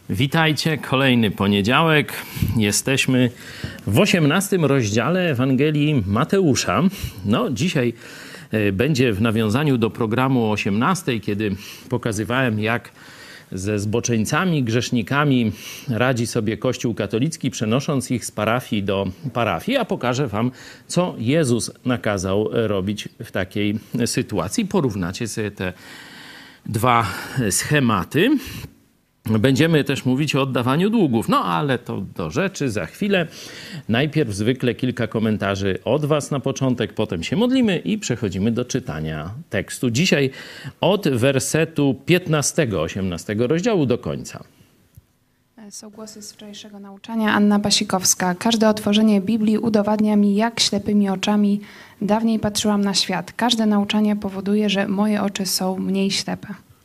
Witajcie, kolejny poniedziałek. Jesteśmy w 18 rozdziale Ewangelii Mateusza. No, dzisiaj będzie w nawiązaniu do programu 18, kiedy pokazywałem, jak ze zboczeńcami, grzesznikami radzi sobie Kościół katolicki, przenosząc ich z parafii do parafii, a pokażę wam, co Jezus nakazał robić w takiej sytuacji. Porównacie sobie te dwa schematy. Będziemy też mówić o oddawaniu długów, no ale to do rzeczy za chwilę. Najpierw zwykle kilka komentarzy od was na początek, potem się modlimy i przechodzimy do czytania tekstu. Dzisiaj od wersetu 15, 18 rozdziału do końca. Są głosy z wczorajszego nauczania. Anna Pasikowska. Każde otworzenie Biblii udowadnia mi, jak ślepymi oczami dawniej patrzyłam na świat. Każde nauczanie powoduje, że moje oczy są mniej ślepe.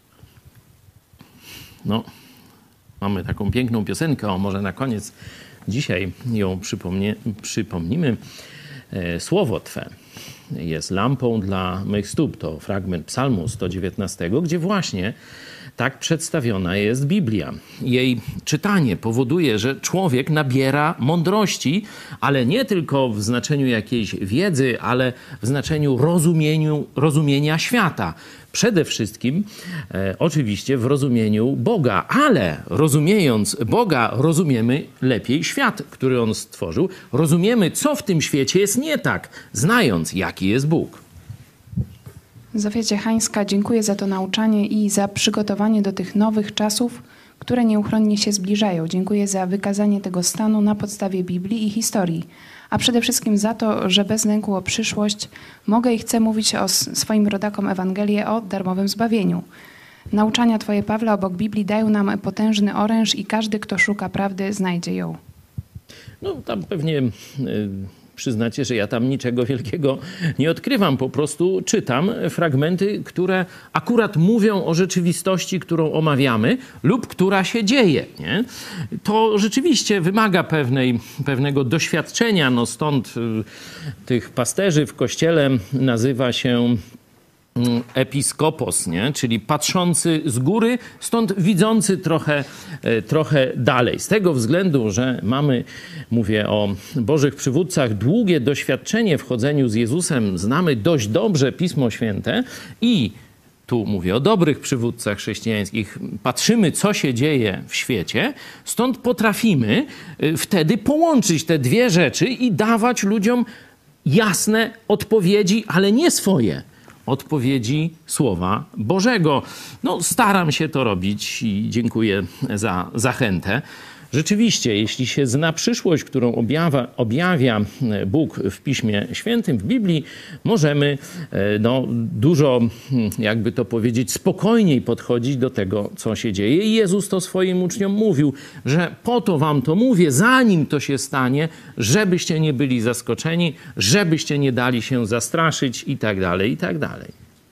No, mamy taką piękną piosenkę, o może na koniec dzisiaj ją przypomnimy. Słowo Twe jest lampą dla mych stóp. To fragment Psalmu 119, gdzie właśnie tak przedstawiona jest Biblia. Jej czytanie powoduje, że człowiek nabiera mądrości, ale nie tylko w znaczeniu jakiejś wiedzy, ale w znaczeniu rozumienia świata. Przede wszystkim oczywiście w rozumieniu Boga, ale rozumiejąc Boga, rozumiemy lepiej świat, który On stworzył. Rozumiemy, co w tym świecie jest nie tak, znając, jaki jest Bóg. Zofia Ciechańska, dziękuję za to nauczanie i za przygotowanie do tych nowych czasów, które nieuchronnie się zbliżają. Dziękuję za wykazanie tego stanu na podstawie Biblii i historii, a przede wszystkim za to, że bez lęku o przyszłość mogę i chcę mówić o swoim rodakom Ewangelię o darmowym zbawieniu. Nauczania Twoje, Pawle, obok Biblii dają nam potężny oręż i każdy, kto szuka prawdy, znajdzie ją. No tam pewnie przyznacie, że ja tam niczego wielkiego nie odkrywam. Po prostu czytam fragmenty, które akurat mówią o rzeczywistości, którą omawiamy lub która się dzieje. Nie? To rzeczywiście wymaga pewnego doświadczenia. No stąd tych pasterzy w kościele nazywa się episkopos, nie? Czyli patrzący z góry, stąd widzący trochę dalej. Z tego względu, że mamy, mówię o Bożych przywódcach, długie doświadczenie w chodzeniu z Jezusem, znamy dość dobrze Pismo Święte i tu mówię o dobrych przywódcach chrześcijańskich, patrzymy, co się dzieje w świecie, stąd potrafimy wtedy połączyć te dwie rzeczy i dawać ludziom jasne odpowiedzi, ale nie swoje. Odpowiedzi Słowa Bożego. No, staram się to robić i dziękuję za zachętę. Rzeczywiście, jeśli się zna przyszłość, którą objawia Bóg w Piśmie Świętym, w Biblii, możemy dużo, jakby to powiedzieć, spokojniej podchodzić do tego, co się dzieje. I Jezus to swoim uczniom mówił, że po to wam to mówię, zanim to się stanie, żebyście nie byli zaskoczeni, żebyście nie dali się zastraszyć i tak dalej, i tak dalej.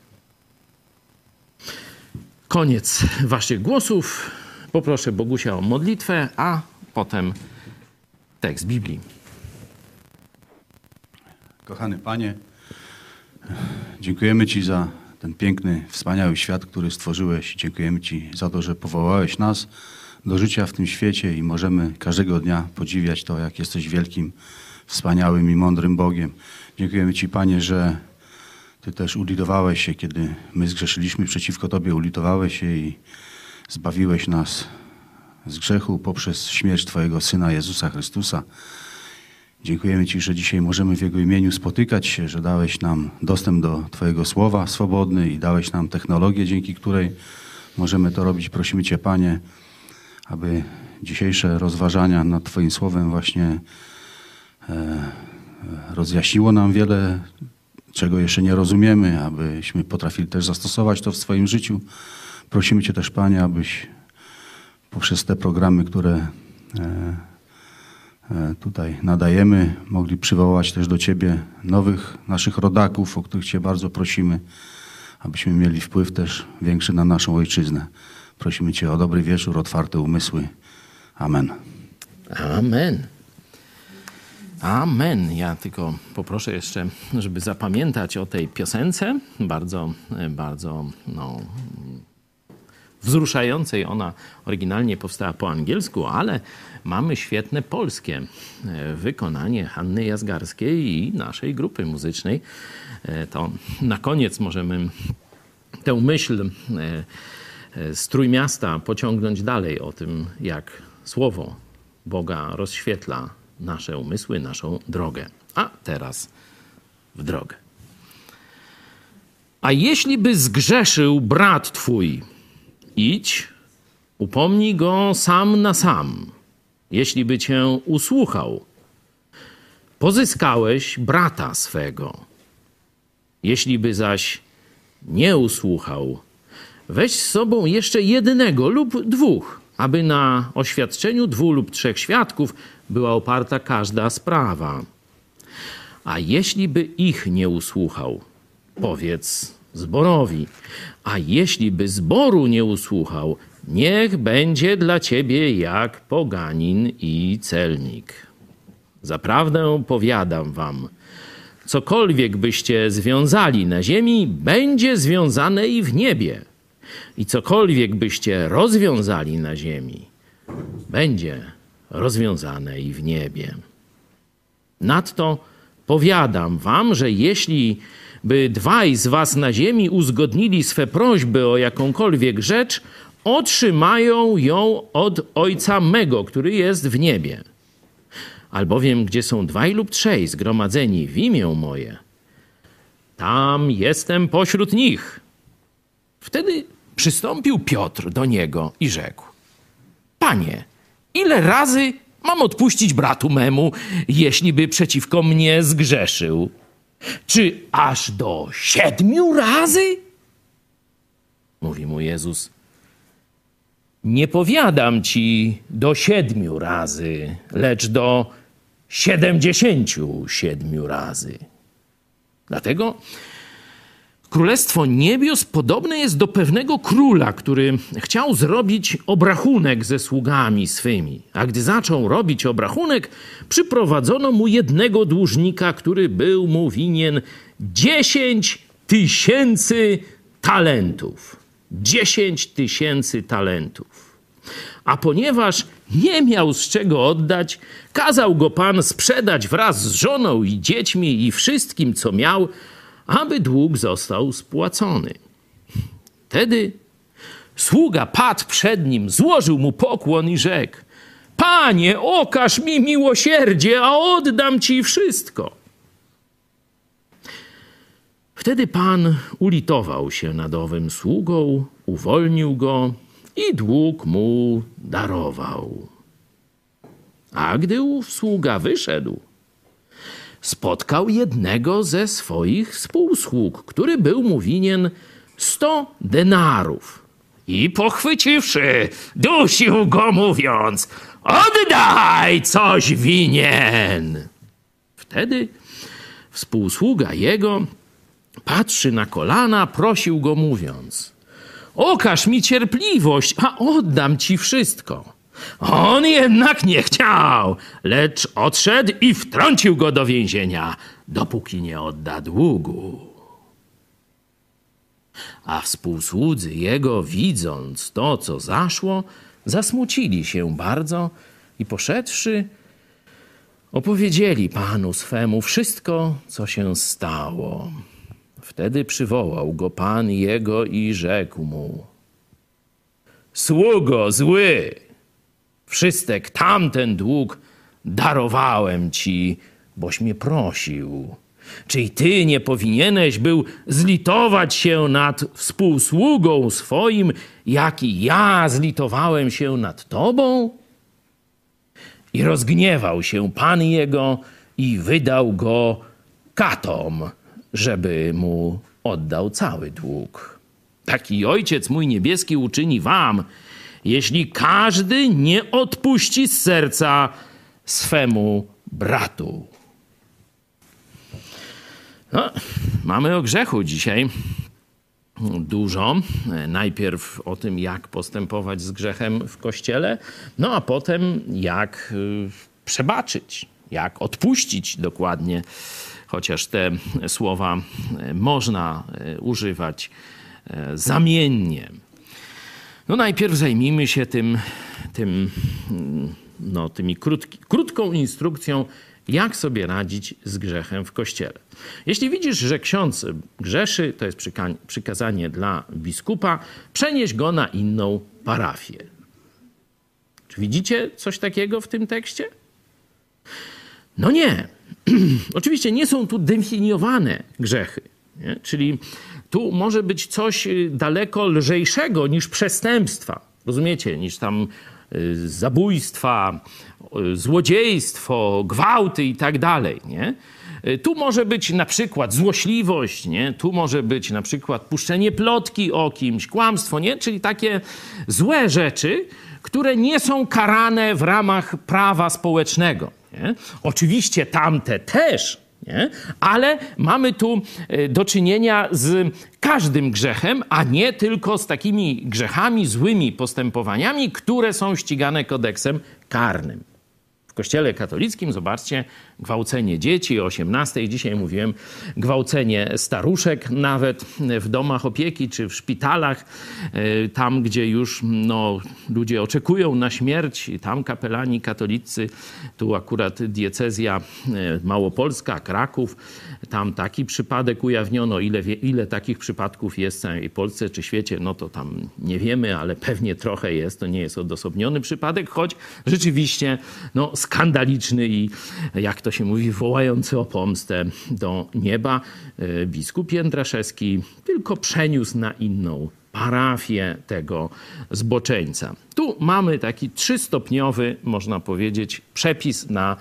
Koniec waszych głosów. Poproszę Bogusia o modlitwę, a potem tekst Biblii. Kochany Panie, dziękujemy Ci za ten piękny, wspaniały świat, który stworzyłeś. Dziękujemy Ci za to, że powołałeś nas do życia w tym świecie i możemy każdego dnia podziwiać to, jak jesteś wielkim, wspaniałym i mądrym Bogiem. Dziękujemy Ci, Panie, że Ty też ulitowałeś się, kiedy my zgrzeszyliśmy przeciwko Tobie, ulitowałeś się i zbawiłeś nas z grzechu poprzez śmierć Twojego Syna Jezusa Chrystusa. Dziękujemy Ci, że dzisiaj możemy w Jego imieniu spotykać się, że dałeś nam dostęp do Twojego Słowa swobodny i dałeś nam technologię, dzięki której możemy to robić. Prosimy Cię, Panie, aby dzisiejsze rozważania nad Twoim Słowem właśnie rozjaśniło nam wiele, czego jeszcze nie rozumiemy, abyśmy potrafili też zastosować to w swoim życiu. Prosimy Cię też, Panie, abyś poprzez te programy, które tutaj nadajemy, mogli przywołać też do Ciebie nowych naszych rodaków, o których Cię bardzo prosimy, abyśmy mieli wpływ też większy na naszą ojczyznę. Prosimy Cię o dobry wieczór, otwarte umysły. Amen. Amen. Amen. Ja tylko poproszę jeszcze, żeby zapamiętać o tej piosence. Bardzo wzruszającej. Ona oryginalnie powstała po angielsku, ale mamy świetne polskie wykonanie Hanny Jazgarskiej i naszej grupy muzycznej. To na koniec możemy tę myśl z Trójmiasta pociągnąć dalej o tym, jak Słowo Boga rozświetla nasze umysły, naszą drogę. A teraz w drogę. A jeśli by zgrzeszył brat twój, idź, upomnij go sam na sam. Jeśli by cię usłuchał, pozyskałeś brata swego. Jeśli by zaś nie usłuchał, weź z sobą jeszcze jednego lub dwóch, aby na oświadczeniu 2 lub 3 świadków była oparta każda sprawa. A jeśli by ich nie usłuchał, powiedz zborowi. A jeśli by zboru nie usłuchał, niech będzie dla ciebie jak poganin i celnik. Zaprawdę powiadam wam, cokolwiek byście związali na ziemi, będzie związane i w niebie. I cokolwiek byście rozwiązali na ziemi, będzie rozwiązane i w niebie. Nadto powiadam wam, że jeśli by 2 z was na ziemi uzgodnili swe prośby o jakąkolwiek rzecz, otrzymają ją od Ojca mego, który jest w niebie. Albowiem, gdzie są 2 lub 3 zgromadzeni w imię moje, tam jestem pośród nich. Wtedy przystąpił Piotr do niego i rzekł: Panie, ile razy mam odpuścić bratu memu, jeśli by przeciwko mnie zgrzeszył? Czy aż do 7 razy? Mówi mu Jezus: nie powiadam ci do 7 razy, lecz do 77 razy. Dlatego Królestwo Niebios podobne jest do pewnego króla, który chciał zrobić obrachunek ze sługami swymi. A gdy zaczął robić obrachunek, przyprowadzono mu jednego dłużnika, który był mu winien 10 000 talentów. 10 000 talentów. A ponieważ nie miał z czego oddać, kazał go Pan sprzedać wraz z żoną i dziećmi i wszystkim, co miał, aby dług został spłacony. Wtedy sługa padł przed nim, złożył mu pokłon i rzekł: Panie, okaż mi miłosierdzie, a oddam ci wszystko. Wtedy Pan ulitował się nad owym sługą, uwolnił go i dług mu darował. A gdy ów sługa wyszedł, spotkał jednego ze swoich współsług, który był mu winien 100 denarów. I pochwyciwszy, dusił go, mówiąc: oddaj, coś winien. Wtedy współsługa jego patrzy na kolana, prosił go, mówiąc: okaż mi cierpliwość, a oddam ci wszystko. On jednak nie chciał, lecz odszedł i wtrącił go do więzienia, dopóki nie odda długu. A współsłudzy jego, widząc to, co zaszło, zasmucili się bardzo i poszedłszy, opowiedzieli Panu swemu wszystko, co się stało. Wtedy przywołał go Pan jego i rzekł mu: sługo zły, wszystek tamten dług darowałem ci, boś mnie prosił. Czy i ty nie powinieneś był zlitować się nad współsługą swoim, jak i ja zlitowałem się nad tobą? I rozgniewał się Pan jego i wydał go katom, żeby mu oddał cały dług. Taki Ojciec mój niebieski uczyni wam, jeśli każdy nie odpuści z serca swemu bratu. No, mamy o grzechu dzisiaj dużo. Najpierw o tym, jak postępować z grzechem w Kościele, no a potem jak przebaczyć, jak odpuścić dokładnie, chociaż te słowa można używać zamiennie. No najpierw zajmijmy się krótką instrukcją, jak sobie radzić z grzechem w Kościele. Jeśli widzisz, że ksiądz grzeszy, to jest przykazanie dla biskupa, przenieś go na inną parafię. Czy widzicie coś takiego w tym tekście? No nie. Oczywiście nie są tu definiowane grzechy. Nie? Czyli tu może być coś daleko lżejszego niż przestępstwa. Rozumiecie? Niż tam zabójstwa, złodziejstwo, gwałty i tak dalej. Nie? Tu może być na przykład złośliwość, nie? Tu może być na przykład puszczenie plotki o kimś, kłamstwo, nie? Czyli takie złe rzeczy, które nie są karane w ramach prawa społecznego. Nie? Oczywiście tamte też, nie? Ale mamy tu do czynienia z każdym grzechem, a nie tylko z takimi grzechami, złymi postępowaniami, które są ścigane kodeksem karnym. W Kościele katolickim, zobaczcie, gwałcenie dzieci o 18, dzisiaj mówiłem, gwałcenie staruszek, nawet w domach opieki czy w szpitalach, tam gdzie już ludzie oczekują na śmierć, tam kapelani katolicy, tu akurat diecezja małopolska, Kraków, tam taki przypadek ujawniono, ile takich przypadków jest w całej Polsce czy świecie, no to tam nie wiemy, ale pewnie trochę jest, to nie jest odosobniony przypadek, choć rzeczywiście skandaliczny i jak to się mówi, wołający o pomstę do nieba. Biskup Jędraszewski tylko przeniósł na inną parafię tego zboczeńca. Tu mamy taki 3-stopniowy, można powiedzieć, przepis na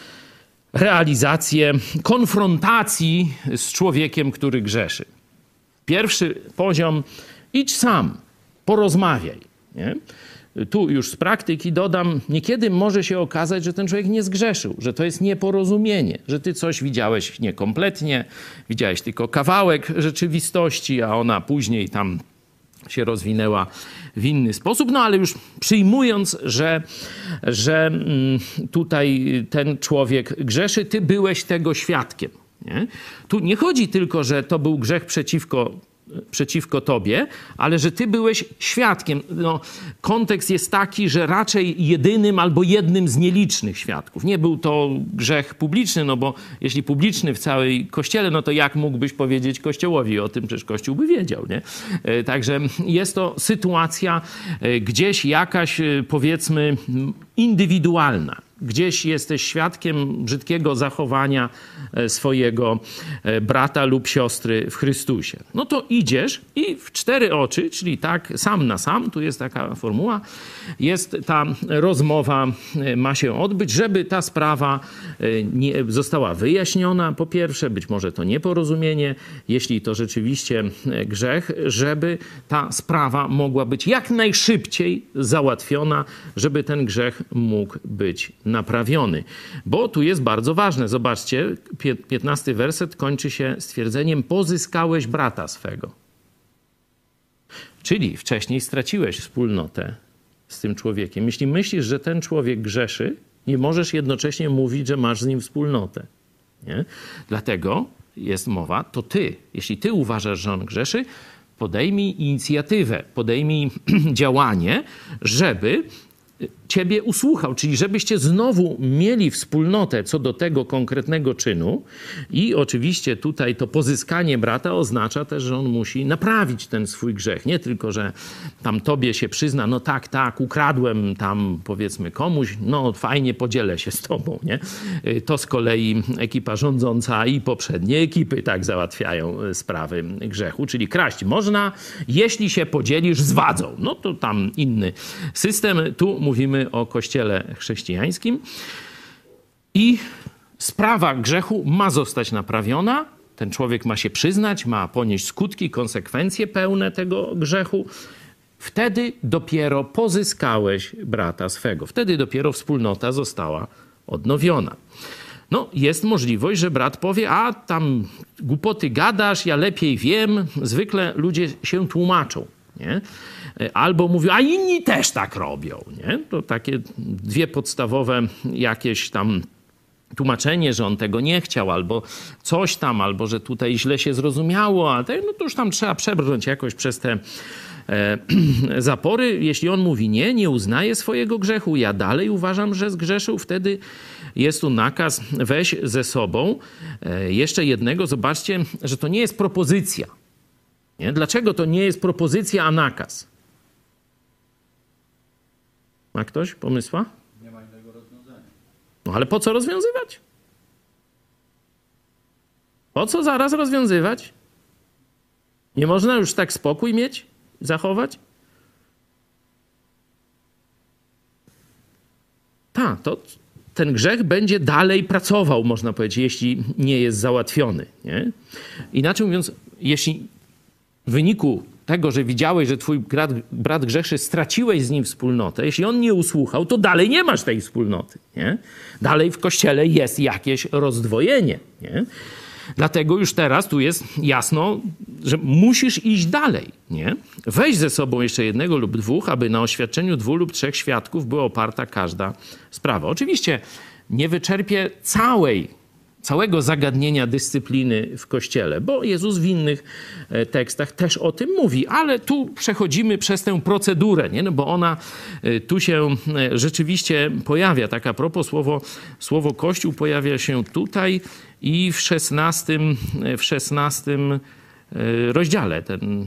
realizację konfrontacji z człowiekiem, który grzeszy. Pierwszy poziom, idź sam, porozmawiaj. Nie? Tu już z praktyki dodam, niekiedy może się okazać, że ten człowiek nie zgrzeszył, że to jest nieporozumienie, że ty coś widziałeś niekompletnie, widziałeś tylko kawałek rzeczywistości, a ona później tam się rozwinęła w inny sposób. No ale już przyjmując, że tutaj ten człowiek grzeszy, ty byłeś tego świadkiem. Nie? Tu nie chodzi tylko, że to był grzech przeciwko tobie, ale że ty byłeś świadkiem. Kontekst jest taki, że raczej jedynym albo jednym z nielicznych świadków. Nie był to grzech publiczny, bo jeśli publiczny w całej Kościele, to jak mógłbyś powiedzieć Kościołowi o tym? Przecież Kościół by wiedział, nie? Także jest to sytuacja gdzieś jakaś, powiedzmy, indywidualna. Gdzieś jesteś świadkiem brzydkiego zachowania swojego brata lub siostry w Chrystusie. No to idziesz i w 4 oczy, czyli tak sam na sam, tu jest taka formuła, jest ta rozmowa, ma się odbyć, żeby ta sprawa nie została wyjaśniona. Po pierwsze, być może to nieporozumienie, jeśli to rzeczywiście grzech, żeby ta sprawa mogła być jak najszybciej załatwiona, żeby ten grzech mógł być naprawiony. Bo tu jest bardzo ważne. Zobaczcie, 15 werset kończy się stwierdzeniem: pozyskałeś brata swego. Czyli wcześniej straciłeś wspólnotę z tym człowiekiem. Jeśli myślisz, że ten człowiek grzeszy, nie możesz jednocześnie mówić, że masz z nim wspólnotę. Nie? Dlatego jest mowa, to ty. Jeśli ty uważasz, że on grzeszy, podejmij inicjatywę, podejmij działanie, żeby ciebie usłuchał, czyli żebyście znowu mieli wspólnotę co do tego konkretnego czynu i oczywiście tutaj to pozyskanie brata oznacza też, że on musi naprawić ten swój grzech. Nie tylko, że tam tobie się przyzna, no tak, ukradłem tam powiedzmy komuś, no fajnie, podzielę się z tobą, nie? To z kolei ekipa rządząca i poprzednie ekipy tak załatwiają sprawy grzechu, czyli kraść można, jeśli się podzielisz z wadzą. No to tam inny system. Tu mówimy o Kościele chrześcijańskim i sprawa grzechu ma zostać naprawiona. Ten człowiek ma się przyznać, ma ponieść skutki, konsekwencje pełne tego grzechu. Wtedy dopiero pozyskałeś brata swego. Wtedy dopiero wspólnota została odnowiona. No, jest możliwość, że brat powie, a tam głupoty gadasz, ja lepiej wiem. Zwykle ludzie się tłumaczą, nie? Albo mówią, a inni też tak robią, nie? To takie 2 podstawowe jakieś tam tłumaczenie, że on tego nie chciał, albo coś tam, albo że tutaj źle się zrozumiało, a no to już tam trzeba przebrnąć jakoś przez te zapory. Jeśli on mówi nie uznaje swojego grzechu, ja dalej uważam, że zgrzeszył, wtedy jest tu nakaz, weź ze sobą jeszcze jednego. Zobaczcie, że to nie jest propozycja. Nie? Dlaczego to nie jest propozycja, a nakaz? Ma ktoś pomysła? Nie ma innego rozwiązania. No ale po co rozwiązywać? Po co zaraz rozwiązywać? Nie można już tak spokój mieć, zachować? Tak, to ten grzech będzie dalej pracował, można powiedzieć, jeśli nie jest załatwiony. Nie? Inaczej mówiąc, jeśli w wyniku tego, że widziałeś, że twój brat grzeszy, straciłeś z nim wspólnotę, jeśli on nie usłuchał, to dalej nie masz tej wspólnoty. Nie? Dalej w Kościele jest jakieś rozdwojenie. Nie? Dlatego już teraz tu jest jasno, że musisz iść dalej. Nie? Weź ze sobą jeszcze jednego lub dwóch, aby na oświadczeniu 2 lub 3 świadków była oparta każda sprawa. Oczywiście nie wyczerpię całego zagadnienia dyscypliny w Kościele, bo Jezus w innych tekstach też o tym mówi, ale tu przechodzimy przez tę procedurę, nie? No bo ona tu się rzeczywiście pojawia. Tak a propos, słowo Kościół pojawia się tutaj i w 16 rozdziale,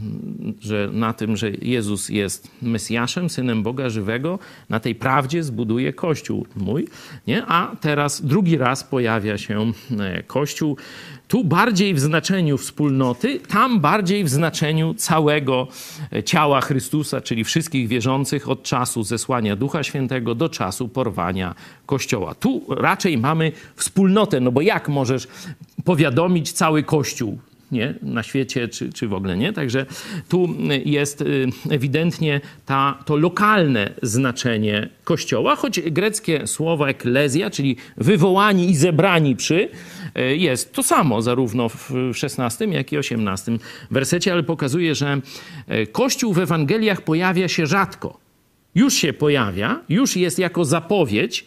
na tym, że Jezus jest Mesjaszem, Synem Boga żywego, na tej prawdzie zbuduje Kościół mój, nie? A teraz drugi raz pojawia się Kościół, tu bardziej w znaczeniu wspólnoty, tam bardziej w znaczeniu całego ciała Chrystusa, czyli wszystkich wierzących od czasu zesłania Ducha Świętego do czasu porwania Kościoła. Tu raczej mamy wspólnotę, no bo jak możesz powiadomić cały Kościół, nie? Na świecie, czy w ogóle nie. Także tu jest ewidentnie to lokalne znaczenie Kościoła, choć greckie słowo eklezja, czyli wywołani i zebrani przy, jest to samo zarówno w 16, jak i 18 wersecie, ale pokazuje, że Kościół w Ewangeliach pojawia się rzadko. Już się pojawia, już jest jako zapowiedź,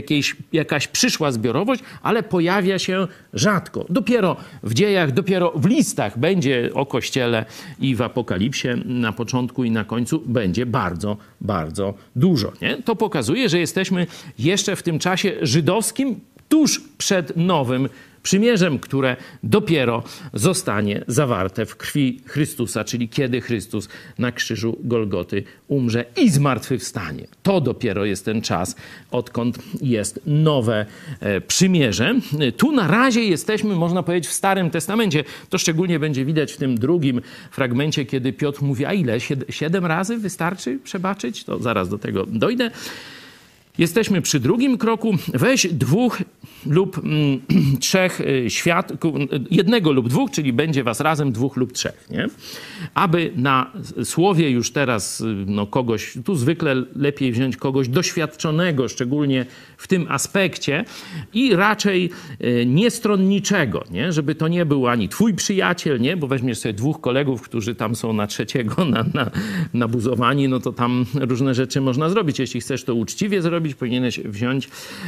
jakaś przyszła zbiorowość, ale pojawia się rzadko. Dopiero w dziejach, dopiero w listach będzie o Kościele i w Apokalipsie na początku i na końcu będzie bardzo, bardzo dużo. Nie? To pokazuje, że jesteśmy jeszcze w tym czasie żydowskim, tuż przed Nowym Przymierzem, które dopiero zostanie zawarte w krwi Chrystusa, czyli kiedy Chrystus na krzyżu Golgoty umrze i zmartwychwstanie. To dopiero jest ten czas, odkąd jest nowe przymierze. Tu na razie jesteśmy, można powiedzieć, w Starym Testamencie. To szczególnie będzie widać w tym drugim fragmencie, kiedy Piotr mówi, a ile? 7 razy wystarczy przebaczyć? To zaraz do tego dojdę. Jesteśmy przy drugim kroku. Weź 2 lub 3 świadków, 1 lub 2, czyli będzie was razem 2 lub 3, nie? Aby na słowie już teraz kogoś, tu zwykle lepiej wziąć kogoś doświadczonego, szczególnie w tym aspekcie i raczej niestronniczego, nie? Żeby to nie był ani twój przyjaciel, nie? Bo weźmiesz sobie 2 kolegów, którzy tam są na trzeciego nabuzowani, no to tam różne rzeczy można zrobić. Jeśli chcesz to uczciwie zrobić, powinieneś wziąć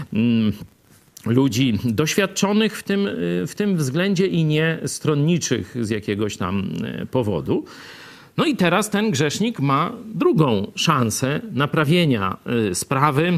ludzi doświadczonych w tym względzie i nie stronniczych z jakiegoś tam powodu. No i teraz ten grzesznik ma drugą szansę naprawienia sprawy,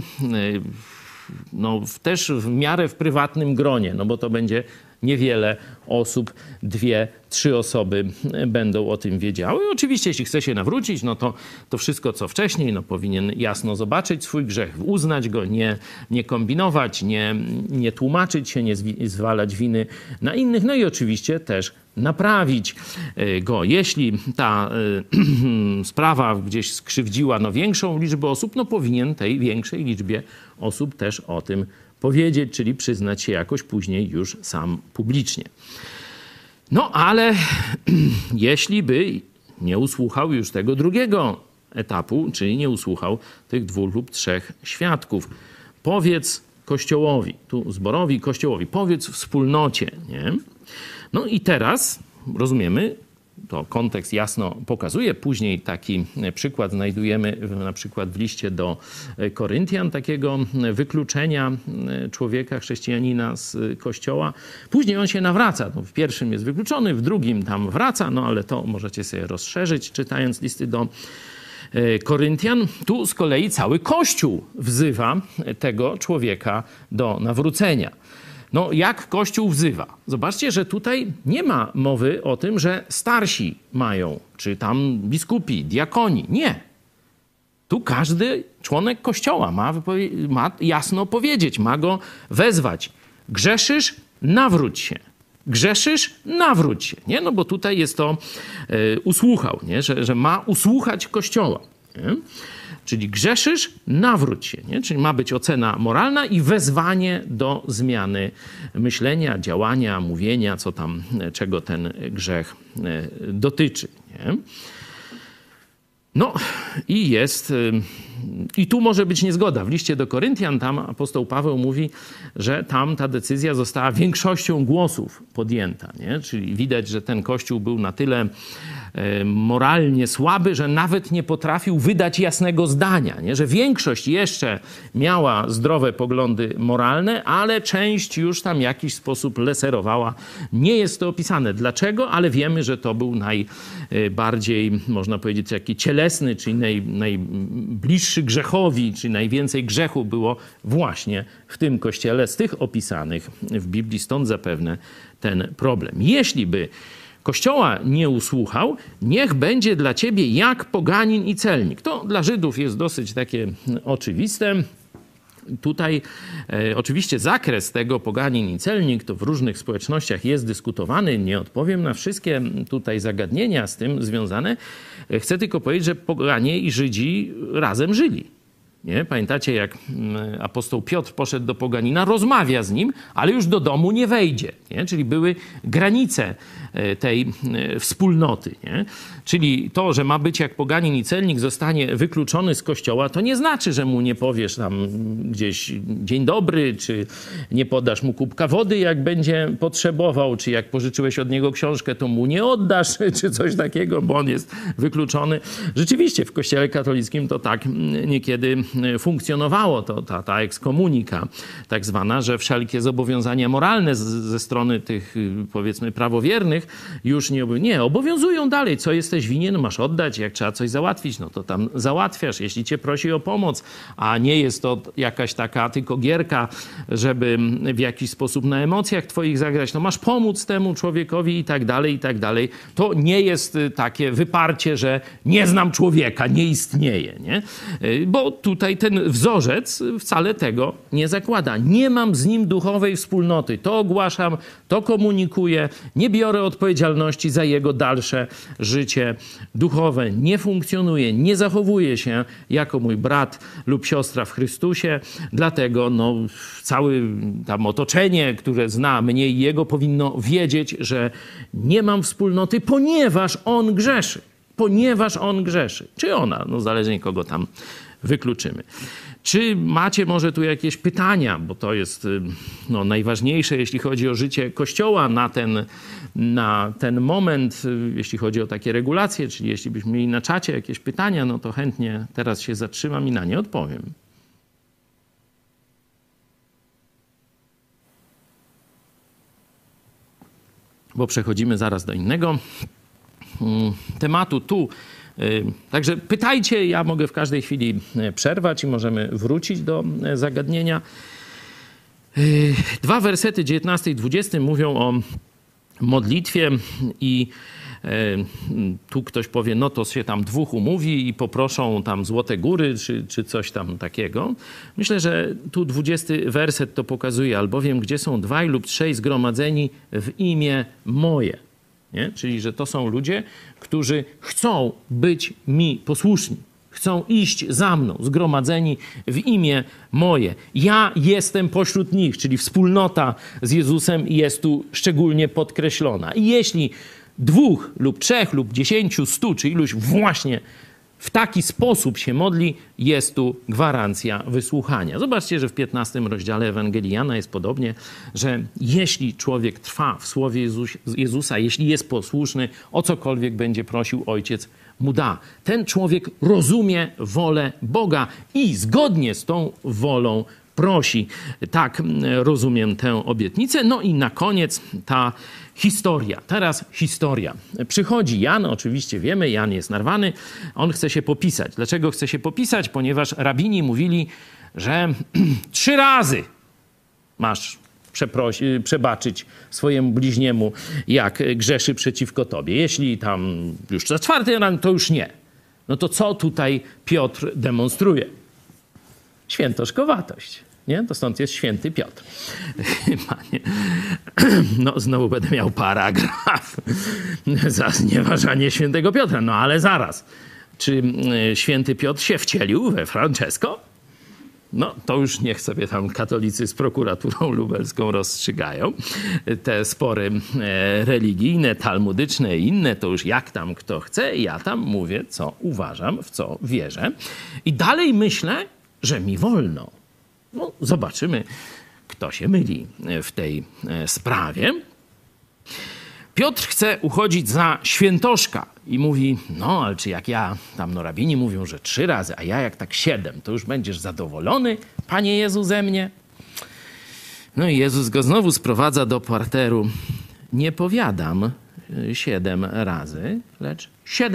też w miarę w prywatnym gronie, no bo to będzie niewiele osób, 2-3 osoby będą o tym wiedziały. Oczywiście, jeśli chce się nawrócić, no to wszystko, co wcześniej, powinien jasno zobaczyć swój grzech, uznać go, nie kombinować, nie tłumaczyć się, nie zwalać winy na innych, no i oczywiście też naprawić go. Jeśli ta sprawa gdzieś skrzywdziła większą liczbę osób, powinien tej większej liczbie osób też o tym powiedzieć, czyli przyznać się jakoś później już sam publicznie. No ale jeśli by nie usłuchał już tego drugiego etapu, czyli nie usłuchał tych 2 lub 3 świadków, powiedz Kościołowi, tu zborowi, Kościołowi, powiedz wspólnocie, nie? No i teraz rozumiemy, to kontekst jasno pokazuje. Później taki przykład znajdujemy na przykład w liście do Koryntian, takiego wykluczenia człowieka, chrześcijanina z Kościoła. Później on się nawraca. No, w pierwszym jest wykluczony, w drugim tam wraca, no ale to możecie sobie rozszerzyć, czytając listy do Koryntian. Tu z kolei cały Kościół wzywa tego człowieka do nawrócenia. No jak Kościół wzywa? Zobaczcie, że tutaj nie ma mowy o tym, że starsi mają, czy tam biskupi, diakoni. Nie. Tu każdy członek Kościoła ma jasno powiedzieć, ma go wezwać. Grzeszysz? Nawróć się. Grzeszysz? Nawróć się. Nie? No bo tutaj jest to usłuchał, nie? Że ma usłuchać Kościoła. Nie? Czyli grzeszysz, nawróć się. Nie? Czyli ma być ocena moralna i wezwanie do zmiany myślenia, działania, mówienia, co tam, czego ten grzech dotyczy. Nie? No i jest, i tu może być niezgoda. W liście do Koryntian tam apostoł Paweł mówi, że tam ta decyzja została większością głosów podjęta. Nie? Czyli widać, że ten kościół był na tyle moralnie słaby, że nawet nie potrafił wydać jasnego zdania, nie? Że większość jeszcze miała zdrowe poglądy moralne, ale część już tam w jakiś sposób leserowała. Nie jest to opisane. Dlaczego? Ale wiemy, że to był najbardziej, można powiedzieć, taki cielesny, czyli najbliższy grzechowi, czyli najwięcej grzechu było właśnie w tym kościele z tych opisanych w Biblii. Stąd zapewne ten problem. Jeśli by Kościoła nie usłuchał, niech będzie dla ciebie jak poganin i celnik. To dla Żydów jest dosyć takie oczywiste. Tutaj oczywiście zakres tego poganin i celnik to w różnych społecznościach jest dyskutowany. Nie odpowiem na wszystkie tutaj zagadnienia z tym związane. Chcę tylko powiedzieć, że poganie i Żydzi razem żyli. Nie? Pamiętacie, jak apostoł Piotr poszedł do poganina, rozmawia z nim, ale już do domu nie wejdzie. Nie? Czyli były granice tej wspólnoty. Nie? Czyli to, że ma być jak poganin i celnik, zostanie wykluczony z kościoła, to nie znaczy, że mu nie powiesz tam gdzieś dzień dobry, czy nie podasz mu kubka wody, jak będzie potrzebował, czy jak pożyczyłeś od niego książkę, to mu nie oddasz, czy coś takiego, bo on jest wykluczony. Rzeczywiście w kościele katolickim to tak niekiedy funkcjonowało, to ta ekskomunika tak zwana, że wszelkie zobowiązania moralne ze strony tych, powiedzmy, prawowiernych już nie obowiązują dalej. Co jesteś winien, masz oddać. Jak trzeba coś załatwić, no to tam załatwiasz. Jeśli cię prosi o pomoc, a nie jest to jakaś taka tylko gierka, żeby w jakiś sposób na emocjach twoich zagrać, no masz pomóc temu człowiekowi i tak dalej, i tak dalej. To nie jest takie wyparcie, że nie znam człowieka, nie istnieje, nie? Bo tutaj ten wzorzec wcale tego nie zakłada. Nie mam z nim duchowej wspólnoty. To ogłaszam, to komunikuję. Nie biorę odpowiedzialności za jego dalsze życie duchowe. Nie funkcjonuję, nie zachowuję się jako mój brat lub siostra w Chrystusie. Dlatego całe tam otoczenie, które zna mnie i jego, powinno wiedzieć, że nie mam wspólnoty, ponieważ on grzeszy. Ponieważ on grzeszy. Czy ona, zależnie kogo tam wykluczymy. Czy macie może tu jakieś pytania, bo to jest najważniejsze, jeśli chodzi o życie Kościoła na ten moment, jeśli chodzi o takie regulacje, czyli jeśli byśmy mieli na czacie jakieś pytania, no to chętnie teraz się zatrzymam i na nie odpowiem. Bo przechodzimy zaraz do innego tematu tu. Także pytajcie, ja mogę w każdej chwili przerwać i możemy wrócić do zagadnienia. 2 wersety 19 i 20 mówią o modlitwie i tu ktoś powie, no to się tam 2 umówi i poproszą tam Złote Góry czy coś tam takiego. Myślę, że tu 20 werset to pokazuje, albowiem gdzie są 2 lub 3 zgromadzeni w imię moje. Nie? Czyli, że to są ludzie, którzy chcą być mi posłuszni. Chcą iść za mną, zgromadzeni w imię moje. Ja jestem pośród nich, czyli wspólnota z Jezusem jest tu szczególnie podkreślona. I jeśli 2 lub 3 lub 10, 100 czy iluś właśnie w taki sposób się modli, jest tu gwarancja wysłuchania. Zobaczcie, że w 15 rozdziale Ewangelii Jana jest podobnie, że jeśli człowiek trwa w słowie Jezusa, jeśli jest posłuszny, o cokolwiek będzie prosił, Ojciec mu da. Ten człowiek rozumie wolę Boga i zgodnie z tą wolą prosi. Tak rozumiem tę obietnicę. No i na koniec ta historia. Teraz historia. Przychodzi Jan, oczywiście wiemy, Jan jest narwany, on chce się popisać. Dlaczego chce się popisać? Ponieważ rabini mówili, że 3 razy masz przebaczyć swojemu bliźniemu, jak grzeszy przeciwko tobie. Jeśli tam już za 4. raz, to już nie. No to co tutaj Piotr demonstruje? Świętoszkowatość. Nie? To stąd jest święty Piotr. Chyba nie. No znowu będę miał paragraf za znieważanie świętego Piotra. No ale zaraz. Czy święty Piotr się wcielił we Francesco? No to już niech sobie tam katolicy z prokuraturą lubelską rozstrzygają. Te spory religijne, talmudyczne i inne, to już jak tam kto chce. Ja tam mówię, co uważam, w co wierzę. I dalej myślę, że mi wolno. No, zobaczymy, kto się myli w tej sprawie. Piotr chce uchodzić za świętoszka i mówi, no ale czy jak ja, tam no rabini mówią, że 3 razy, a ja jak tak 7, to już będziesz zadowolony, Panie Jezu, ze mnie? No i Jezus go znowu sprowadza do parteru. Nie powiadam 7 razy, lecz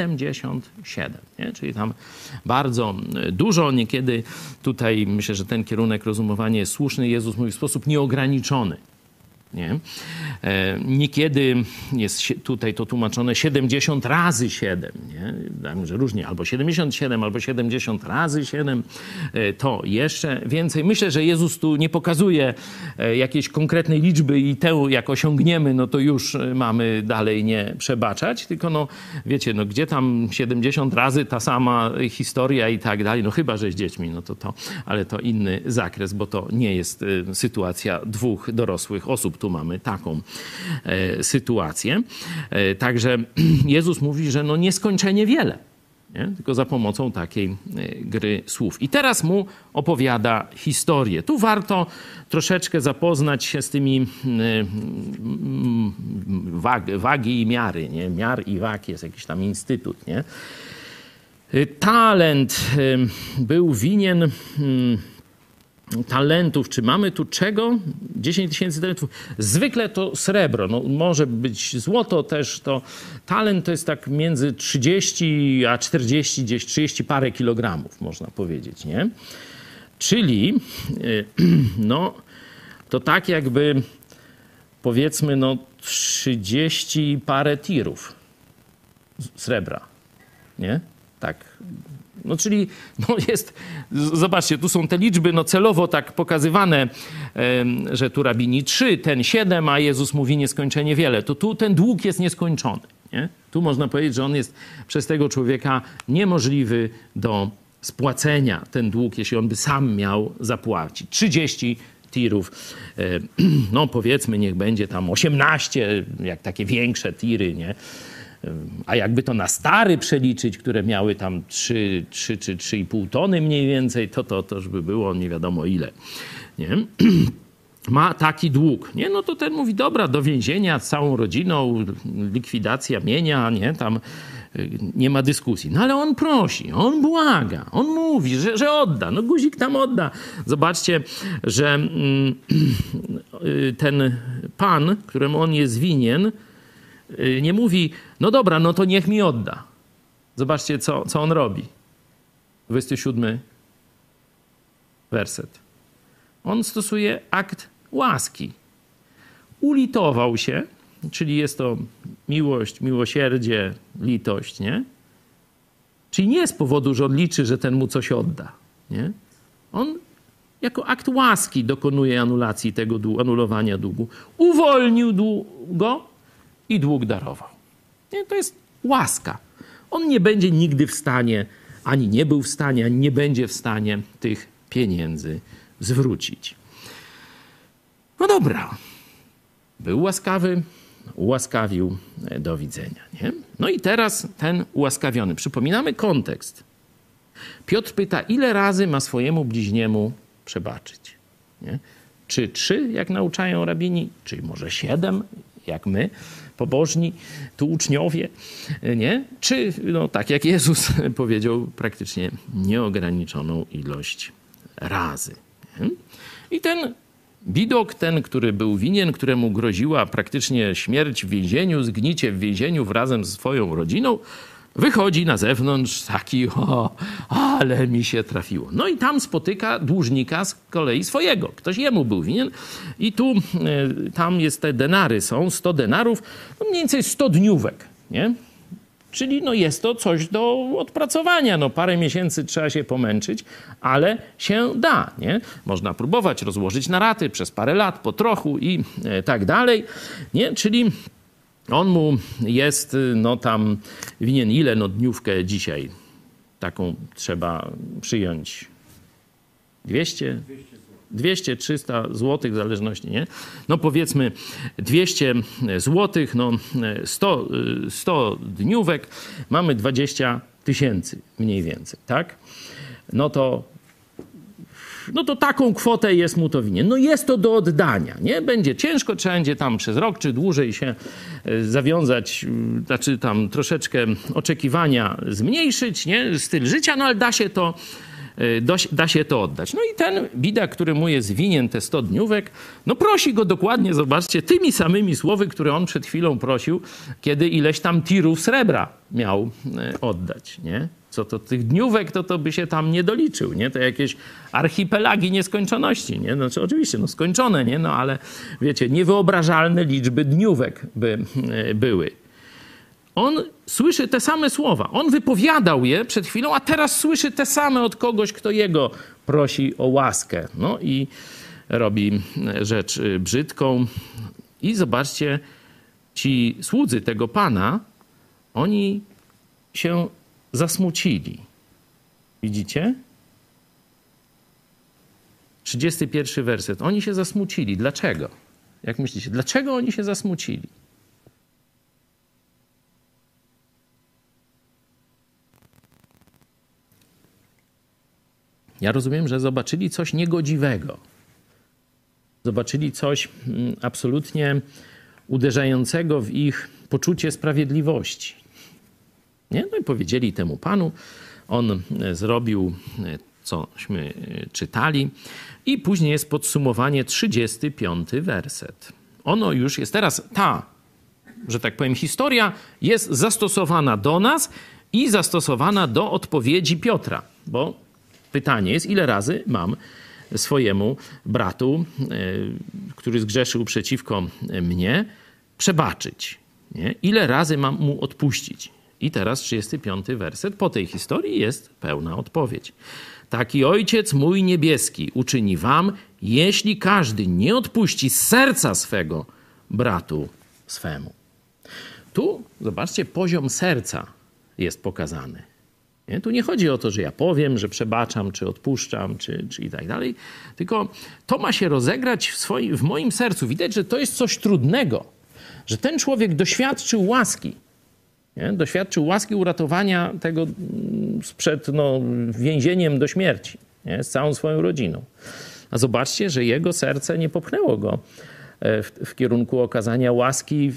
77. Nie? Czyli tam bardzo dużo. Niekiedy tutaj myślę, że ten kierunek rozumowania jest słuszny. Jezus mówi w sposób nieograniczony. Nie? Niekiedy jest tutaj to tłumaczone 70 razy 7. Nie? Że różnie, albo 77, albo 70 razy 7. To jeszcze więcej. Myślę, że Jezus tu nie pokazuje jakiejś konkretnej liczby i tę jak osiągniemy, no to już mamy dalej nie przebaczać. Tylko no wiecie, no gdzie tam 70 razy ta sama historia i tak dalej. No chyba, że z dziećmi, no to. Ale to inny zakres, bo to nie jest sytuacja 2 dorosłych osób. Tu mamy taką sytuację. Także Jezus mówi, że no nieskończenie wiele. Nie? Tylko za pomocą takiej gry słów. I teraz mu opowiada historię. Tu warto troszeczkę zapoznać się z tymi wagi i miary. Nie? Miar i wag jest jakiś tam instytut. Nie? Talent był winien talentów. Czy mamy tu czego? 10 000 talentów. Zwykle to srebro. No, może być złoto też. To talent to jest tak między 30 a 40, gdzieś 30 parę kilogramów, można powiedzieć, nie? Czyli no, to tak jakby powiedzmy no 30 parę tirów srebra, nie? Tak. No czyli no jest, zobaczcie, tu są te liczby no celowo tak pokazywane, że tu rabini 3, ten 7, a Jezus mówi nieskończenie wiele. To tu ten dług jest nieskończony. Nie? Tu można powiedzieć, że on jest przez tego człowieka niemożliwy do spłacenia, ten dług, jeśli on by sam miał zapłacić. 30 tirów, no powiedzmy niech będzie tam 18, jak takie większe tiry, nie? A jakby to na stary przeliczyć, które miały tam 3 czy 3,5 tony mniej więcej, to już by było nie wiadomo ile. Nie? Ma taki dług. Nie? No to ten mówi, dobra, do więzienia z całą rodziną, likwidacja mienia, nie? Tam nie ma dyskusji. No ale on prosi, on błaga, on mówi, że odda. No guzik tam odda. Zobaczcie, że ten pan, któremu on jest winien, nie mówi, no dobra, no to niech mi odda. Zobaczcie, co on robi. 27 werset. On stosuje akt łaski. Ulitował się, czyli jest to miłość, miłosierdzie, litość, nie? Czyli nie z powodu, że on liczy, że ten mu coś odda, nie? On jako akt łaski dokonuje anulacji tego anulowania długu. Uwolnił go i dług darował. Nie? To jest łaska. On nie będzie nigdy w stanie, ani nie był w stanie, ani nie będzie w stanie tych pieniędzy zwrócić. No dobra. Był łaskawy, ułaskawił, do widzenia. Nie? No i teraz ten ułaskawiony. Przypominamy kontekst. Piotr pyta, ile razy ma swojemu bliźniemu przebaczyć? Nie? Czy 3, jak nauczają rabini, czy może 7, jak my, pobożni, tu uczniowie, nie? Czy, no, tak jak Jezus powiedział, praktycznie nieograniczoną ilość razy. Nie? I ten bidok, ten, który był winien, któremu groziła praktycznie śmierć w więzieniu, zgnicie w więzieniu razem z swoją rodziną, wychodzi na zewnątrz taki, ale mi się trafiło. No i tam spotyka dłużnika z kolei swojego. Ktoś jemu był winien i tam jest te denary, są 100 denarów, no mniej więcej 100 dniówek, nie? Czyli no jest to coś do odpracowania. No parę miesięcy trzeba się pomęczyć, ale się da, nie? Można próbować rozłożyć na raty przez parę lat, po trochu i tak dalej, nie? Czyli on mu jest, no tam winien ile, no dniówkę dzisiaj taką trzeba przyjąć 200, 300 złotych w zależności, nie? No powiedzmy 200 złotych, no 100 dniówek, mamy 20 000 mniej więcej, tak? No to taką kwotę jest mu to winien. No jest to do oddania, nie? Będzie ciężko, trzeba będzie tam przez rok czy dłużej się zawiązać, znaczy tam troszeczkę oczekiwania zmniejszyć, nie? Styl życia, no ale da się to oddać. No i ten bidak, który mu jest winien te 100 dniówek, no prosi go dokładnie, zobaczcie, tymi samymi słowy, które on przed chwilą prosił, kiedy ileś tam tirów srebra miał oddać, nie? Co to tych dniówek, to by się tam nie doliczył, nie? To jakieś archipelagi nieskończoności, nie? Znaczy oczywiście, no skończone, nie? No ale wiecie, niewyobrażalne liczby dniówek by były. On słyszy te same słowa. On wypowiadał je przed chwilą, a teraz słyszy te same od kogoś, kto jego prosi o łaskę. No i robi rzecz brzydką. I zobaczcie, ci słudzy tego pana, oni się zasmucili. Widzicie? 31 werset. Oni się zasmucili. Dlaczego? Jak myślicie? Dlaczego oni się zasmucili? Ja rozumiem, że zobaczyli coś niegodziwego. Zobaczyli coś absolutnie uderzającego w ich poczucie sprawiedliwości. Nie? No i powiedzieli temu panu, on zrobił, cośmy czytali, i później jest podsumowanie, 35 werset. Ono już jest teraz, że tak powiem, historia jest zastosowana do nas i zastosowana do odpowiedzi Piotra, bo pytanie jest, ile razy mam swojemu bratu, który zgrzeszył przeciwko mnie, przebaczyć? Nie? Ile razy mam mu odpuścić? I teraz 35 werset. Po tej historii jest pełna odpowiedź. Taki Ojciec mój niebieski uczyni wam, jeśli każdy nie odpuści z serca swego bratu swemu. Tu, zobaczcie, poziom serca jest pokazany. Nie? Tu nie chodzi o to, że ja powiem, że przebaczam, czy odpuszczam, czy i tak dalej, tylko to ma się rozegrać w moim sercu. Widać, że to jest coś trudnego, że ten człowiek doświadczył łaski. Nie? Doświadczył łaski uratowania tego przed więzieniem do śmierci, nie? Z całą swoją rodziną. A zobaczcie, że jego serce nie popchnęło go w kierunku okazania łaski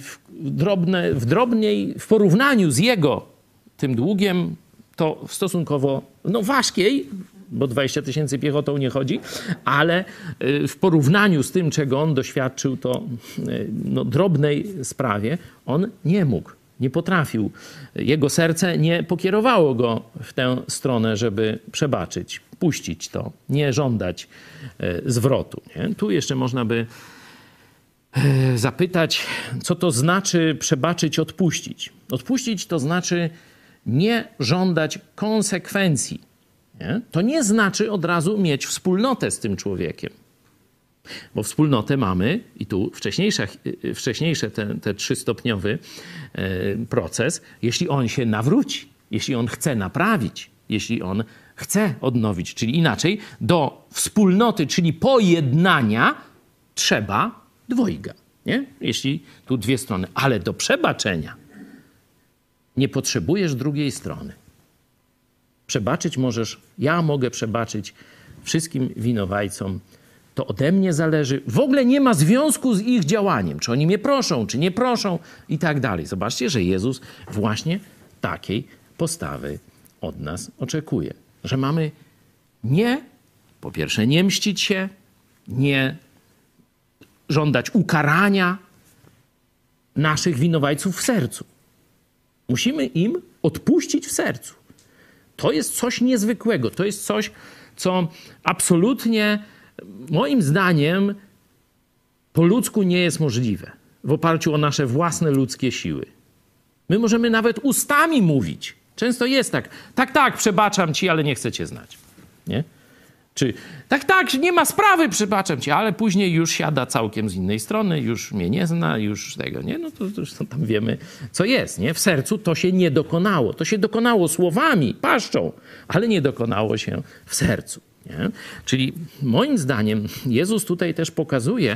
w porównaniu z jego tym długiem, to stosunkowo ważkiej, bo 20 000 piechotą nie chodzi, ale w porównaniu z tym, czego on doświadczył, to drobnej sprawie on nie mógł, nie potrafił. Jego serce nie pokierowało go w tę stronę, żeby przebaczyć, puścić to, nie żądać zwrotu. Nie? Tu jeszcze można by zapytać, co to znaczy przebaczyć, odpuścić. Odpuścić to znaczy nie żądać konsekwencji. Nie? To nie znaczy od razu mieć wspólnotę z tym człowiekiem. Bo wspólnotę mamy, i tu wcześniejsze ten 3-stopniowy proces, jeśli on się nawróci, jeśli on chce naprawić, jeśli on chce odnowić. Czyli inaczej, do wspólnoty, czyli pojednania trzeba dwojga. Nie? Jeśli tu dwie strony. Ale do przebaczenia nie potrzebujesz drugiej strony. przebaczyć możesz, ja mogę przebaczyć wszystkim winowajcom. To ode mnie zależy. W ogóle nie ma związku z ich działaniem. Czy oni mnie proszą, czy nie proszą i tak dalej. Zobaczcie, że Jezus właśnie takiej postawy od nas oczekuje. Że mamy po pierwsze, nie mścić się, nie żądać ukarania naszych winowajców w sercu. Musimy im odpuścić w sercu. To jest coś niezwykłego. To jest coś, co absolutnie, moim zdaniem, po ludzku nie jest możliwe. W oparciu o nasze własne ludzkie siły. My możemy nawet ustami mówić. Często jest tak. Tak, przebaczam ci, ale nie chcę cię znać. Nie? Czy tak, nie ma sprawy, przebaczam ci, ale później już siada całkiem z innej strony, już mnie nie zna, już tego, nie? No to już tam wiemy, co jest, nie? W sercu to się nie dokonało. To się dokonało słowami, paszczą, ale nie dokonało się w sercu, nie? Czyli moim zdaniem Jezus tutaj też pokazuje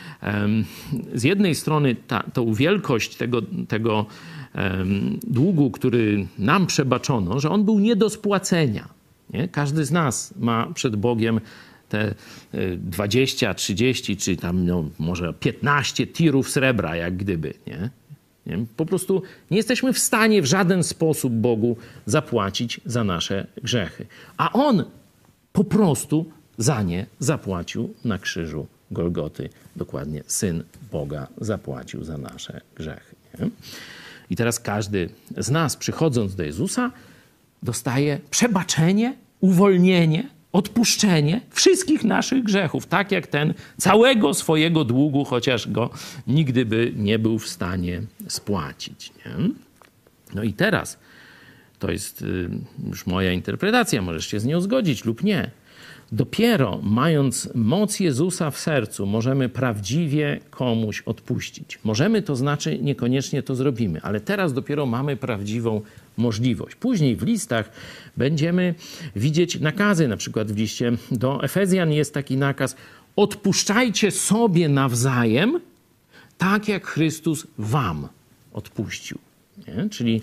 z jednej strony tą wielkość tego długu, który nam przebaczono, że on był nie do spłacenia. Nie? Każdy z nas ma przed Bogiem te 20, 30 czy tam może 15 tirów srebra, jak gdyby. Nie? Po prostu nie jesteśmy w stanie w żaden sposób Bogu zapłacić za nasze grzechy. A On po prostu za nie zapłacił na krzyżu Golgoty. Dokładnie Syn Boga zapłacił za nasze grzechy. Nie? I teraz każdy z nas, przychodząc do Jezusa, dostaje przebaczenie, uwolnienie, odpuszczenie wszystkich naszych grzechów, tak jak ten całego swojego długu, chociaż go nigdy by nie był w stanie spłacić. Nie? No i teraz, to jest już moja interpretacja, możesz się z nią zgodzić lub nie. Dopiero mając moc Jezusa w sercu, możemy prawdziwie komuś odpuścić. Możemy, to znaczy niekoniecznie to zrobimy, ale teraz dopiero mamy prawdziwą możliwość. Później w listach będziemy widzieć nakazy. Na przykład w liście do Efezjan jest taki nakaz: odpuszczajcie sobie nawzajem, tak jak Chrystus wam odpuścił. Nie? Czyli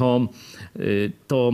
to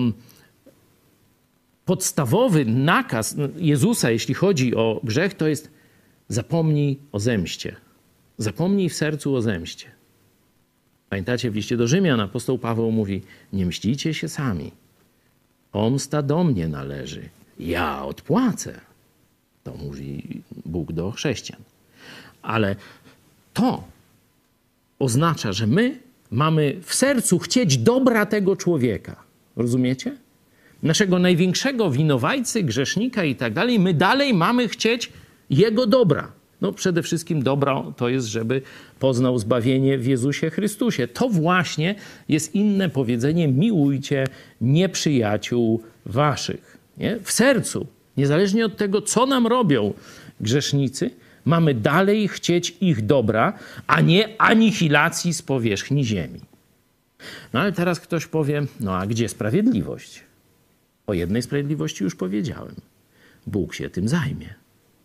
podstawowy nakaz Jezusa, jeśli chodzi o grzech, to jest: zapomnij o zemście. Zapomnij w sercu o zemście. Pamiętacie, w liście do Rzymian apostoł Paweł mówi: nie mścicie się sami. Pomsta do mnie należy. Ja odpłacę. To mówi Bóg do chrześcijan. Ale to oznacza, że my mamy w sercu chcieć dobra tego człowieka. Rozumiecie? Naszego największego winowajcy, grzesznika i tak dalej, my dalej mamy chcieć jego dobra. No przede wszystkim dobro to jest, żeby poznał zbawienie w Jezusie Chrystusie. To właśnie jest inne powiedzenie: miłujcie nieprzyjaciół waszych. Nie? W sercu, niezależnie od tego, co nam robią grzesznicy, mamy dalej chcieć ich dobra, a nie anihilacji z powierzchni ziemi. No ale teraz ktoś powie: no a gdzie sprawiedliwość? O jednej sprawiedliwości już powiedziałem. Bóg się tym zajmie.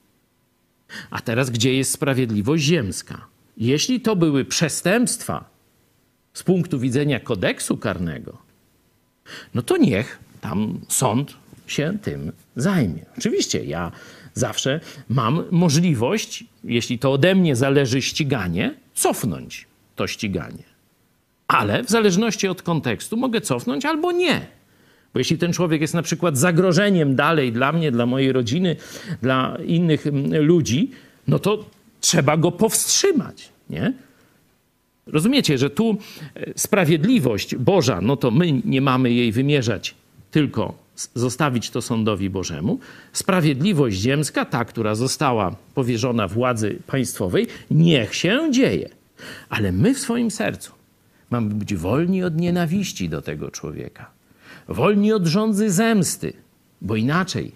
A teraz gdzie jest sprawiedliwość ziemska? Jeśli to były przestępstwa z punktu widzenia kodeksu karnego, no to niech tam sąd się tym zajmie. Oczywiście ja zawsze mam możliwość, jeśli to ode mnie zależy ściganie, cofnąć to ściganie. Ale w zależności od kontekstu mogę cofnąć albo nie. Bo jeśli ten człowiek jest na przykład zagrożeniem dalej dla mnie, dla mojej rodziny, dla innych ludzi, no to trzeba go powstrzymać, nie? Rozumiecie, że tu sprawiedliwość Boża, no to my nie mamy jej wymierzać, tylko zostawić to sądowi Bożemu. Sprawiedliwość ziemska, ta, która została powierzona władzy państwowej, niech się dzieje. Ale my w swoim sercu mamy być wolni od nienawiści do tego człowieka. Wolni od żądzy zemsty, bo inaczej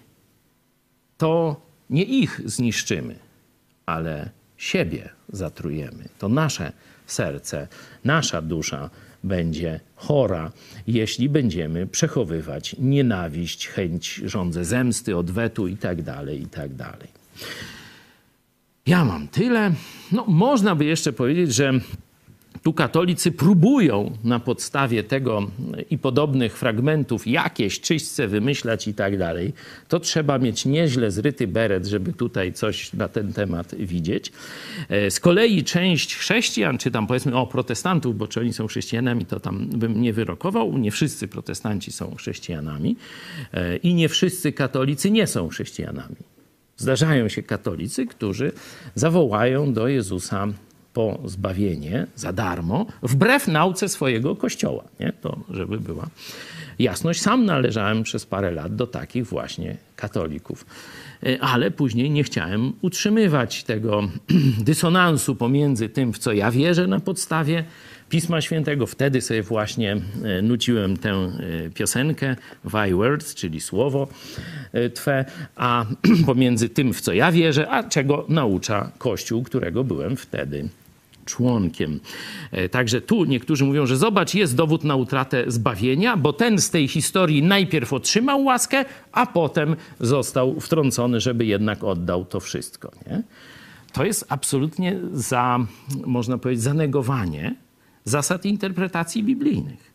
to nie ich zniszczymy, ale siebie zatrujemy. To nasze serce, nasza dusza będzie chora, jeśli będziemy przechowywać nienawiść, chęć żądzy zemsty, odwetu itd., itd. Ja mam tyle. No, można by jeszcze powiedzieć, że tu katolicy próbują na podstawie tego i podobnych fragmentów jakieś czyśćce wymyślać i tak dalej, to trzeba mieć nieźle zryty beret, żeby tutaj coś na ten temat widzieć. Z kolei część chrześcijan, czy tam powiedzmy protestantów, bo czy oni są chrześcijanami, to tam bym nie wyrokował. Nie wszyscy protestanci są chrześcijanami i nie wszyscy katolicy nie są chrześcijanami. Zdarzają się katolicy, którzy zawołają do Jezusa po zbawienie za darmo, wbrew nauce swojego kościoła. Nie? To żeby była jasność. Sam należałem przez parę lat do takich właśnie katolików. Ale później nie chciałem utrzymywać tego dysonansu pomiędzy tym, w co ja wierzę na podstawie Pisma Świętego. Wtedy sobie właśnie nuciłem tę piosenkę Thy words, czyli słowo Twe, a pomiędzy tym, w co ja wierzę, a czego naucza Kościół, którego byłem wtedy członkiem. Także tu niektórzy mówią, że zobacz, jest dowód na utratę zbawienia, bo ten z tej historii najpierw otrzymał łaskę, a potem został wtrącony, żeby jednak oddał to wszystko. Nie? To jest absolutnie można powiedzieć, zanegowanie zasad interpretacji biblijnych.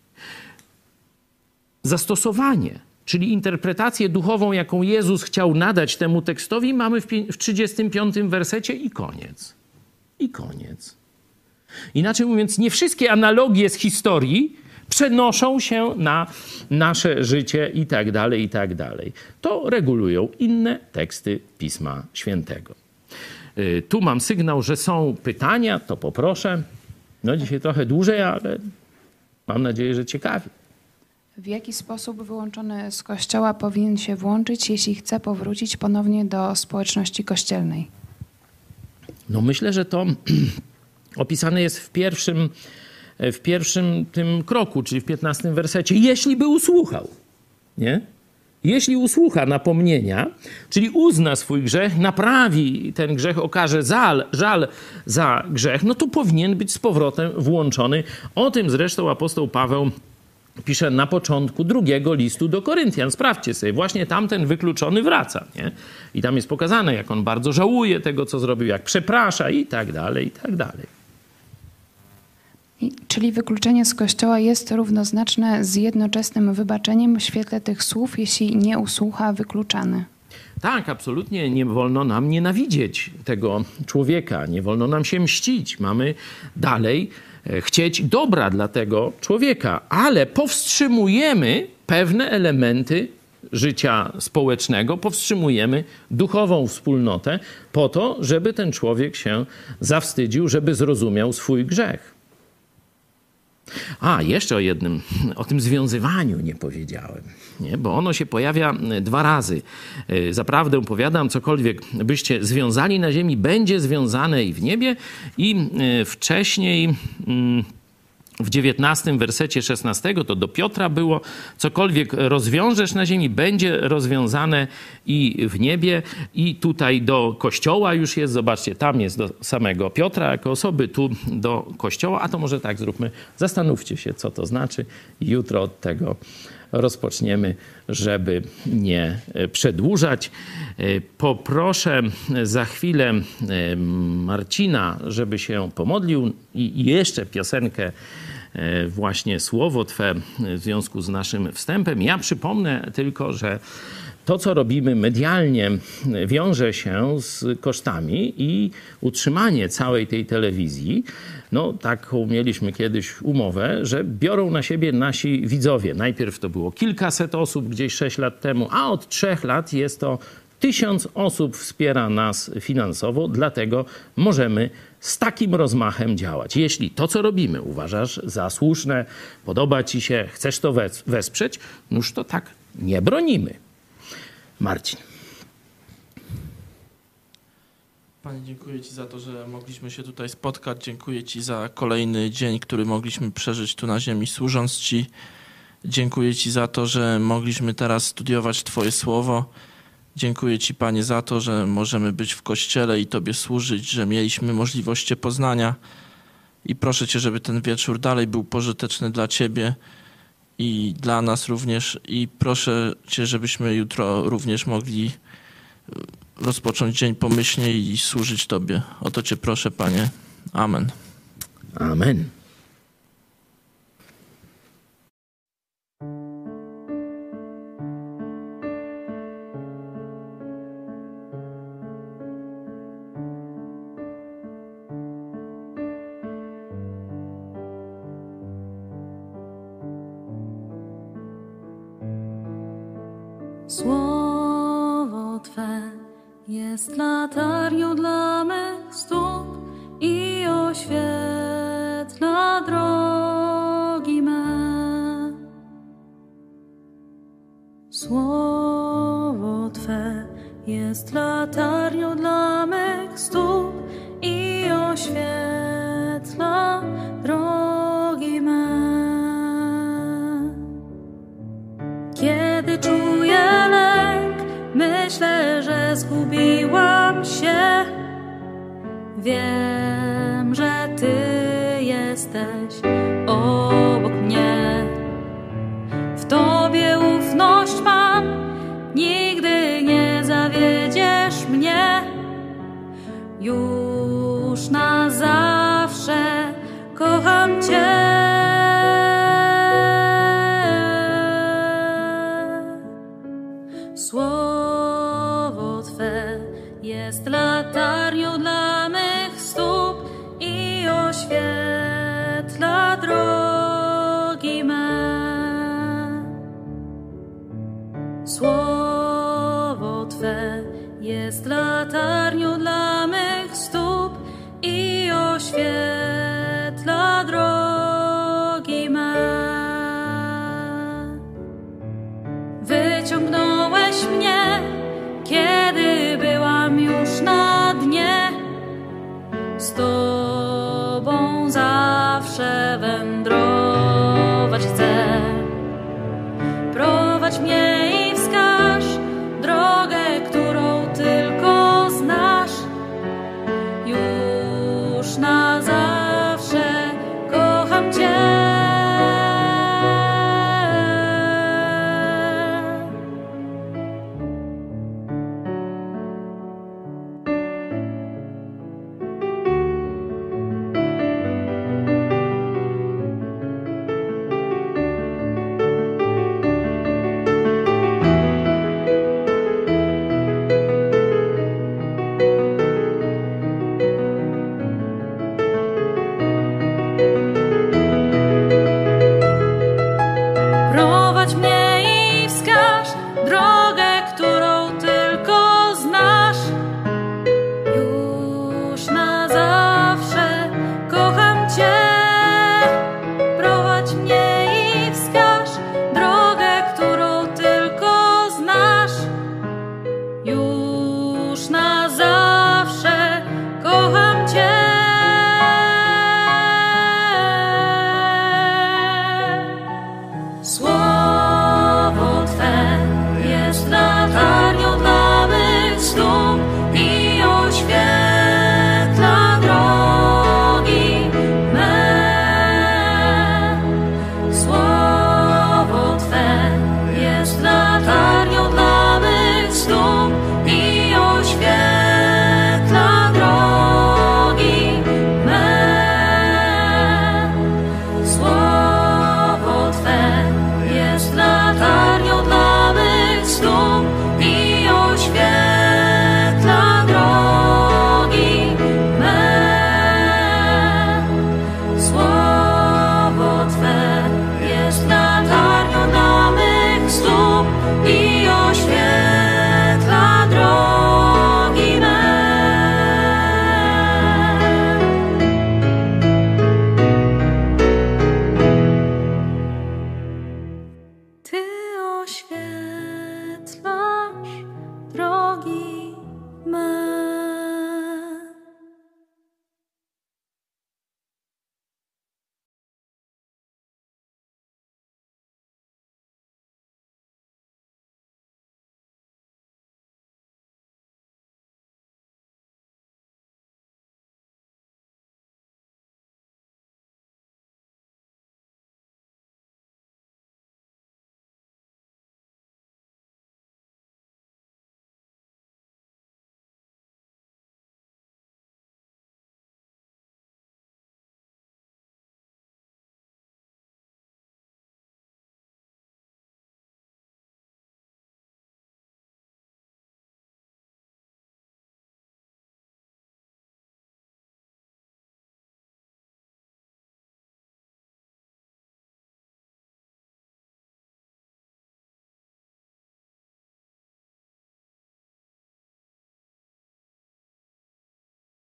Zastosowanie, czyli interpretację duchową, jaką Jezus chciał nadać temu tekstowi, mamy w 35 wersecie i koniec. I koniec. Inaczej mówiąc, nie wszystkie analogie z historii przenoszą się na nasze życie i tak dalej, i tak dalej. To regulują inne teksty Pisma Świętego. Tu mam sygnał, że są pytania, to poproszę. No dzisiaj trochę dłużej, ale mam nadzieję, że ciekawie. W jaki sposób wyłączony z Kościoła powinien się włączyć, jeśli chce powrócić ponownie do społeczności kościelnej? No myślę, że to opisane jest w pierwszym tym kroku, czyli w 15 wersecie. Jeśli by usłuchał, nie? Jeśli usłucha napomnienia, czyli uzna swój grzech, naprawi ten grzech, okaże żal za grzech, no to powinien być z powrotem włączony. O tym zresztą apostoł Paweł pisze na początku 2 listu do Koryntian. Sprawdźcie sobie, właśnie tamten wykluczony wraca. Nie? I tam jest pokazane, jak on bardzo żałuje tego, co zrobił, jak przeprasza i tak dalej, i tak dalej. Czyli wykluczenie z Kościoła jest równoznaczne z jednoczesnym wybaczeniem w świetle tych słów, jeśli nie usłucha wykluczany. Tak, absolutnie nie wolno nam nienawidzieć tego człowieka, nie wolno nam się mścić. Mamy dalej chcieć dobra dla tego człowieka, ale powstrzymujemy pewne elementy życia społecznego, powstrzymujemy duchową wspólnotę po to, żeby ten człowiek się zawstydził, żeby zrozumiał swój grzech. Jeszcze o jednym, o tym związywaniu nie powiedziałem, nie? Bo ono się pojawia 2 razy. Zaprawdę powiadam, cokolwiek byście związali na ziemi, będzie związane i w niebie. I wcześniej w 19 wersecie 16 to do Piotra było, cokolwiek rozwiążesz na ziemi, będzie rozwiązane i w niebie. I tutaj do Kościoła już jest, zobaczcie, tam jest do samego Piotra jako osoby, tu do Kościoła. A to może tak zróbmy, zastanówcie się, co to znaczy. Jutro od tego rozpoczniemy, żeby nie przedłużać. Poproszę za chwilę Marcina, żeby się pomodlił i jeszcze piosenkę właśnie Słowo Twe w związku z naszym wstępem. Ja przypomnę tylko, że to, co robimy medialnie, wiąże się z kosztami i utrzymanie całej tej telewizji, no taką mieliśmy kiedyś umowę, że biorą na siebie nasi widzowie. Najpierw to było kilkaset osób gdzieś 6 lat temu, a od 3 lat jest to 1000 osób wspiera nas finansowo, dlatego możemy z takim rozmachem działać. Jeśli to, co robimy, uważasz za słuszne, podoba ci się, chcesz to wesprzeć, noż to tak nie bronimy. Marcin. Panie, dziękuję Ci za to, że mogliśmy się tutaj spotkać. Dziękuję Ci za kolejny dzień, który mogliśmy przeżyć tu na ziemi, służąc Ci. Dziękuję Ci za to, że mogliśmy teraz studiować Twoje słowo. Dziękuję Ci, Panie, za to, że możemy być w Kościele i Tobie służyć, że mieliśmy możliwość Cię poznania. I proszę Cię, żeby ten wieczór dalej był pożyteczny dla Ciebie i dla nas również. I proszę Cię, żebyśmy jutro również mogli rozpocząć dzień pomyślnie i służyć Tobie. O to Cię proszę, Panie. Amen. Amen. Słowo Twe jest latarnią dla mych stóp i oświetla drogi me. Słowo Twe jest latarnią dla mych stóp i oświetla drogi me. Kiedy czuję lęk, myślę, że zgubiłam się. Wiem, że Ty jesteś obok mnie. W Tobie ufność mam, nigdy nie zawiedziesz mnie. Już na zawsze kocham Cię. Słowo Twe jest latarnią dla mych stóp i oświetla drogi me. Słowo Twe jest latarnią